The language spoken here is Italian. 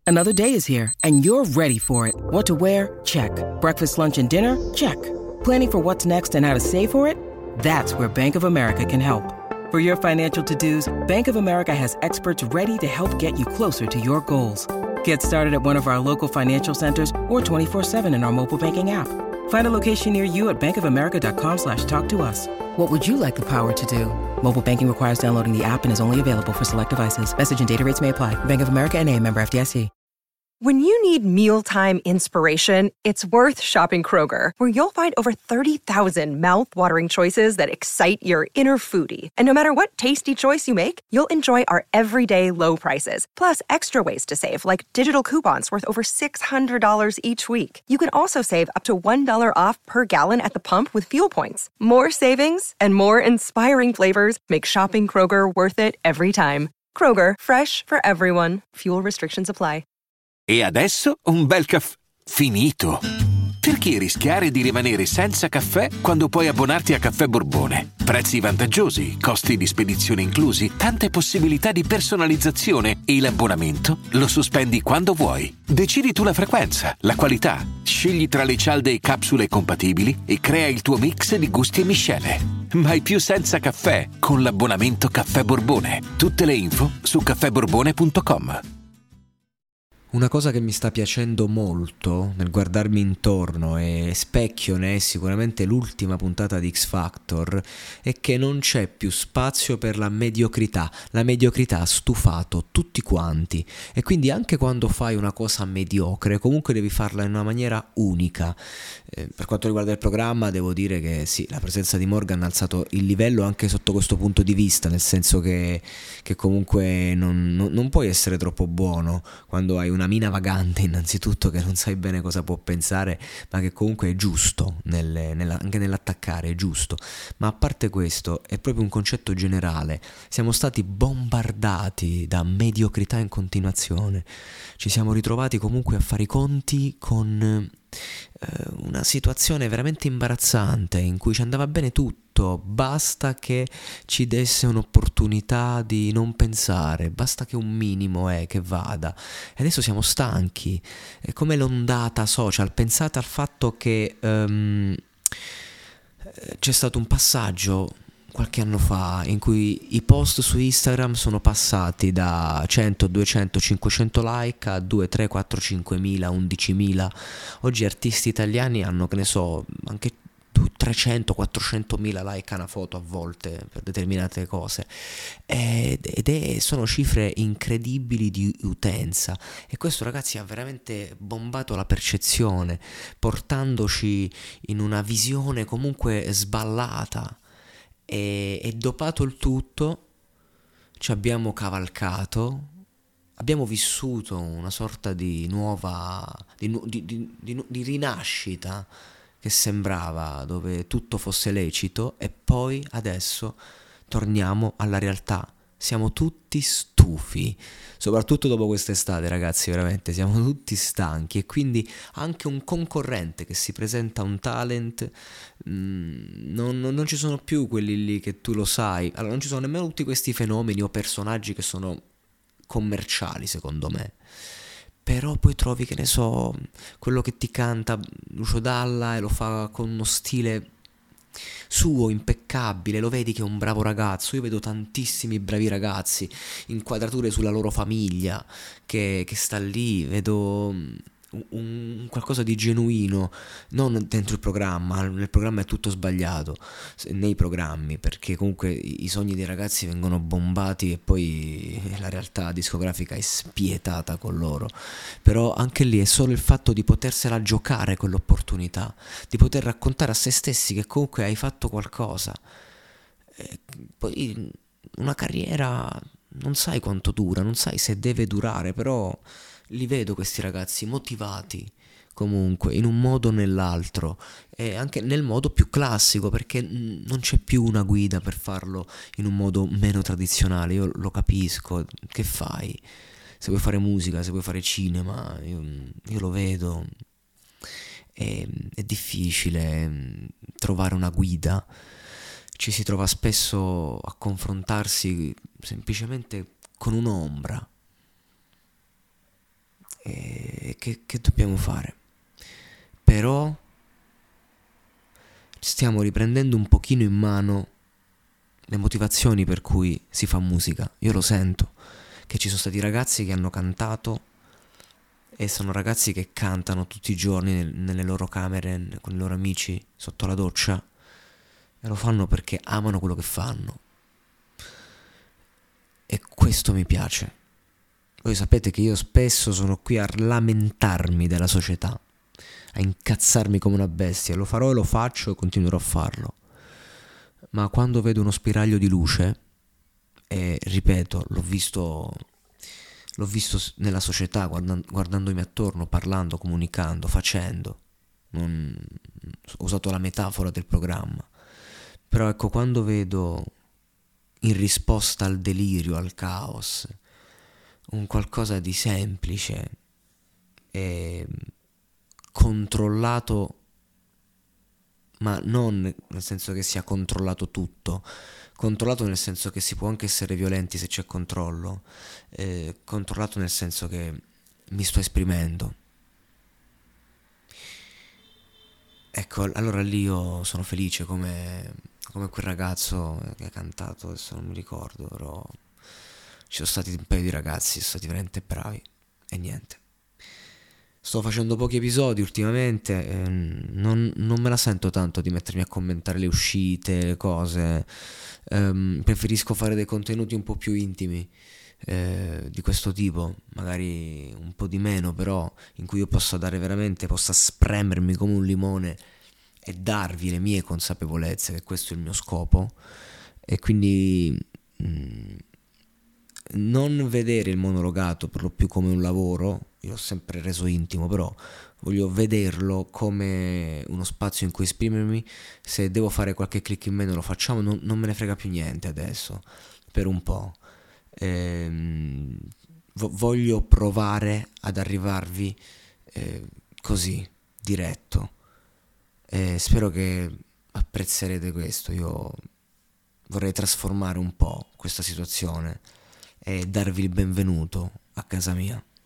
Another day is here, and you're ready for it. What to wear? Check. Breakfast, lunch, and dinner? Check. Planning for what's next and how to save for it? That's where Bank of America can help. For your financial to-dos, Bank of America has experts ready to help get you closer to your goals. Get started at one of our local financial centers or 24/7 in our mobile banking app. Find a location near you at bankofamerica.com/talktous. What would you like the power to do? Mobile banking requires downloading the app and is only available for select devices. Message and data rates may apply. Bank of America N.A., member FDIC. When you need mealtime inspiration, it's worth shopping Kroger, where you'll find over 30,000 mouth-watering choices that excite your inner foodie. And no matter what tasty choice you make, you'll enjoy our everyday low prices, plus extra ways to save, like digital coupons worth over $600 each week. You can also save up to $1 off per gallon at the pump with fuel points. More savings and more inspiring flavors make shopping Kroger worth it every time. Kroger, fresh for everyone. Fuel restrictions apply. E adesso un bel caffè finito. Perché rischiare di rimanere senza caffè quando puoi abbonarti a Caffè Borbone? Prezzi vantaggiosi, costi di spedizione inclusi, tante possibilità di personalizzazione e l'abbonamento lo sospendi quando vuoi. Decidi tu la frequenza, la qualità, scegli tra le cialde e capsule compatibili e crea il tuo mix di gusti e miscele. Mai più senza caffè con l'abbonamento Caffè Borbone. Tutte le info su caffèborbone.com. Una cosa che mi sta piacendo molto nel guardarmi intorno, e specchio ne è sicuramente l'ultima puntata di X Factor, è che non c'è più spazio per la mediocrità. La mediocrità ha stufato tutti quanti, e quindi anche quando fai una cosa mediocre comunque devi farla in una maniera unica. Per quanto riguarda il programma, devo dire che sì, la presenza di Morgan ha alzato il livello anche sotto questo punto di vista, nel senso che comunque non puoi essere troppo buono quando hai una mina vagante, innanzitutto, che non sai bene cosa può pensare, ma che comunque è giusto anche nell'attaccare, è giusto. Ma a parte questo, è proprio un concetto generale: siamo stati bombardati da mediocrità in continuazione. Ci siamo ritrovati comunque a fare i conti con una situazione veramente imbarazzante in cui ci andava bene tutto, basta che ci desse un'opportunità di non pensare, basta che un minimo che vada. E adesso siamo stanchi, è come l'ondata social. Pensate al fatto che c'è stato un passaggio qualche anno fa in cui i post su Instagram sono passati da 100, 200, 500 like a 2, 3, 4, 5.000, 11.000. Oggi artisti italiani hanno, che ne so, anche 300, 400.000 like a una foto a volte per determinate cose, sono cifre incredibili di utenza, e questo, ragazzi, ha veramente bombato la percezione, portandoci in una visione comunque sballata. E dopato il tutto, ci abbiamo cavalcato, abbiamo vissuto una sorta di nuova di rinascita che sembrava, dove tutto fosse lecito, e poi adesso torniamo alla realtà. Siamo tutti stufi, soprattutto dopo quest'estate, ragazzi, veramente siamo tutti stanchi, e quindi anche un concorrente che si presenta un talent, non ci sono più quelli lì che tu lo sai. Allora, non ci sono nemmeno tutti questi fenomeni o personaggi che sono commerciali, secondo me. Però poi trovi, che ne so, quello che ti canta Lucio Dalla e lo fa con uno stile suo impeccabile, lo vedi che è un bravo ragazzo. Io vedo tantissimi bravi ragazzi, inquadrature sulla loro famiglia che sta lì, vedo un qualcosa di genuino, non dentro il programma. Nel programma è tutto sbagliato, nei programmi, perché comunque i sogni dei ragazzi vengono bombati e poi la realtà discografica è spietata con loro. Però anche lì è solo il fatto di potersela giocare quell'opportunità, di poter raccontare a se stessi che comunque hai fatto qualcosa. Poi una carriera non sai quanto dura, non sai se deve durare, però li vedo questi ragazzi motivati comunque in un modo o nell'altro, e anche nel modo più classico, perché non c'è più una guida per farlo in un modo meno tradizionale. Io lo capisco, che fai? Se vuoi fare musica, se vuoi fare cinema, io lo vedo, è difficile trovare una guida. Ci si trova spesso a confrontarsi semplicemente con un'ombra. che dobbiamo fare? Però stiamo riprendendo un pochino in mano le motivazioni per cui si fa musica. Io lo sento, che ci sono stati ragazzi che hanno cantato e sono ragazzi che cantano tutti i giorni nelle loro camere con i loro amici sotto la doccia, e lo fanno perché amano quello che fanno, e questo mi piace. Voi sapete che io spesso sono qui a lamentarmi della società, a incazzarmi come una bestia. Lo farò e lo faccio e continuerò a farlo, ma quando vedo uno spiraglio di luce, e ripeto, l'ho visto nella società, guardandomi attorno, parlando, comunicando, facendo. Ho usato la metafora del programma, però ecco, quando vedo in risposta al delirio, al caos, un qualcosa di semplice e controllato, ma non nel senso che sia controllato tutto, controllato nel senso che si può anche essere violenti se c'è controllo, controllato nel senso che mi sto esprimendo. Ecco, allora lì io sono felice come quel ragazzo che ha cantato, adesso non mi ricordo, però ci sono stati un paio di ragazzi, sono stati veramente bravi, e niente. Sto facendo pochi episodi ultimamente, non me la sento tanto di mettermi a commentare le uscite, le cose. Preferisco fare dei contenuti un po' più intimi, di questo tipo, magari un po' di meno, però in cui io possa spremermi come un limone e darvi le mie consapevolezze, che questo è il mio scopo. E quindi non vedere il monologato per lo più come un lavoro. Io l'ho sempre reso intimo, però voglio vederlo come uno spazio in cui esprimermi. Se devo fare qualche click in meno lo facciamo, non me ne frega più niente adesso, per un po'. Voglio provare ad arrivarvi così, diretto, e spero che apprezzerete questo. Io vorrei trasformare un po' questa situazione e darvi il benvenuto a casa mia.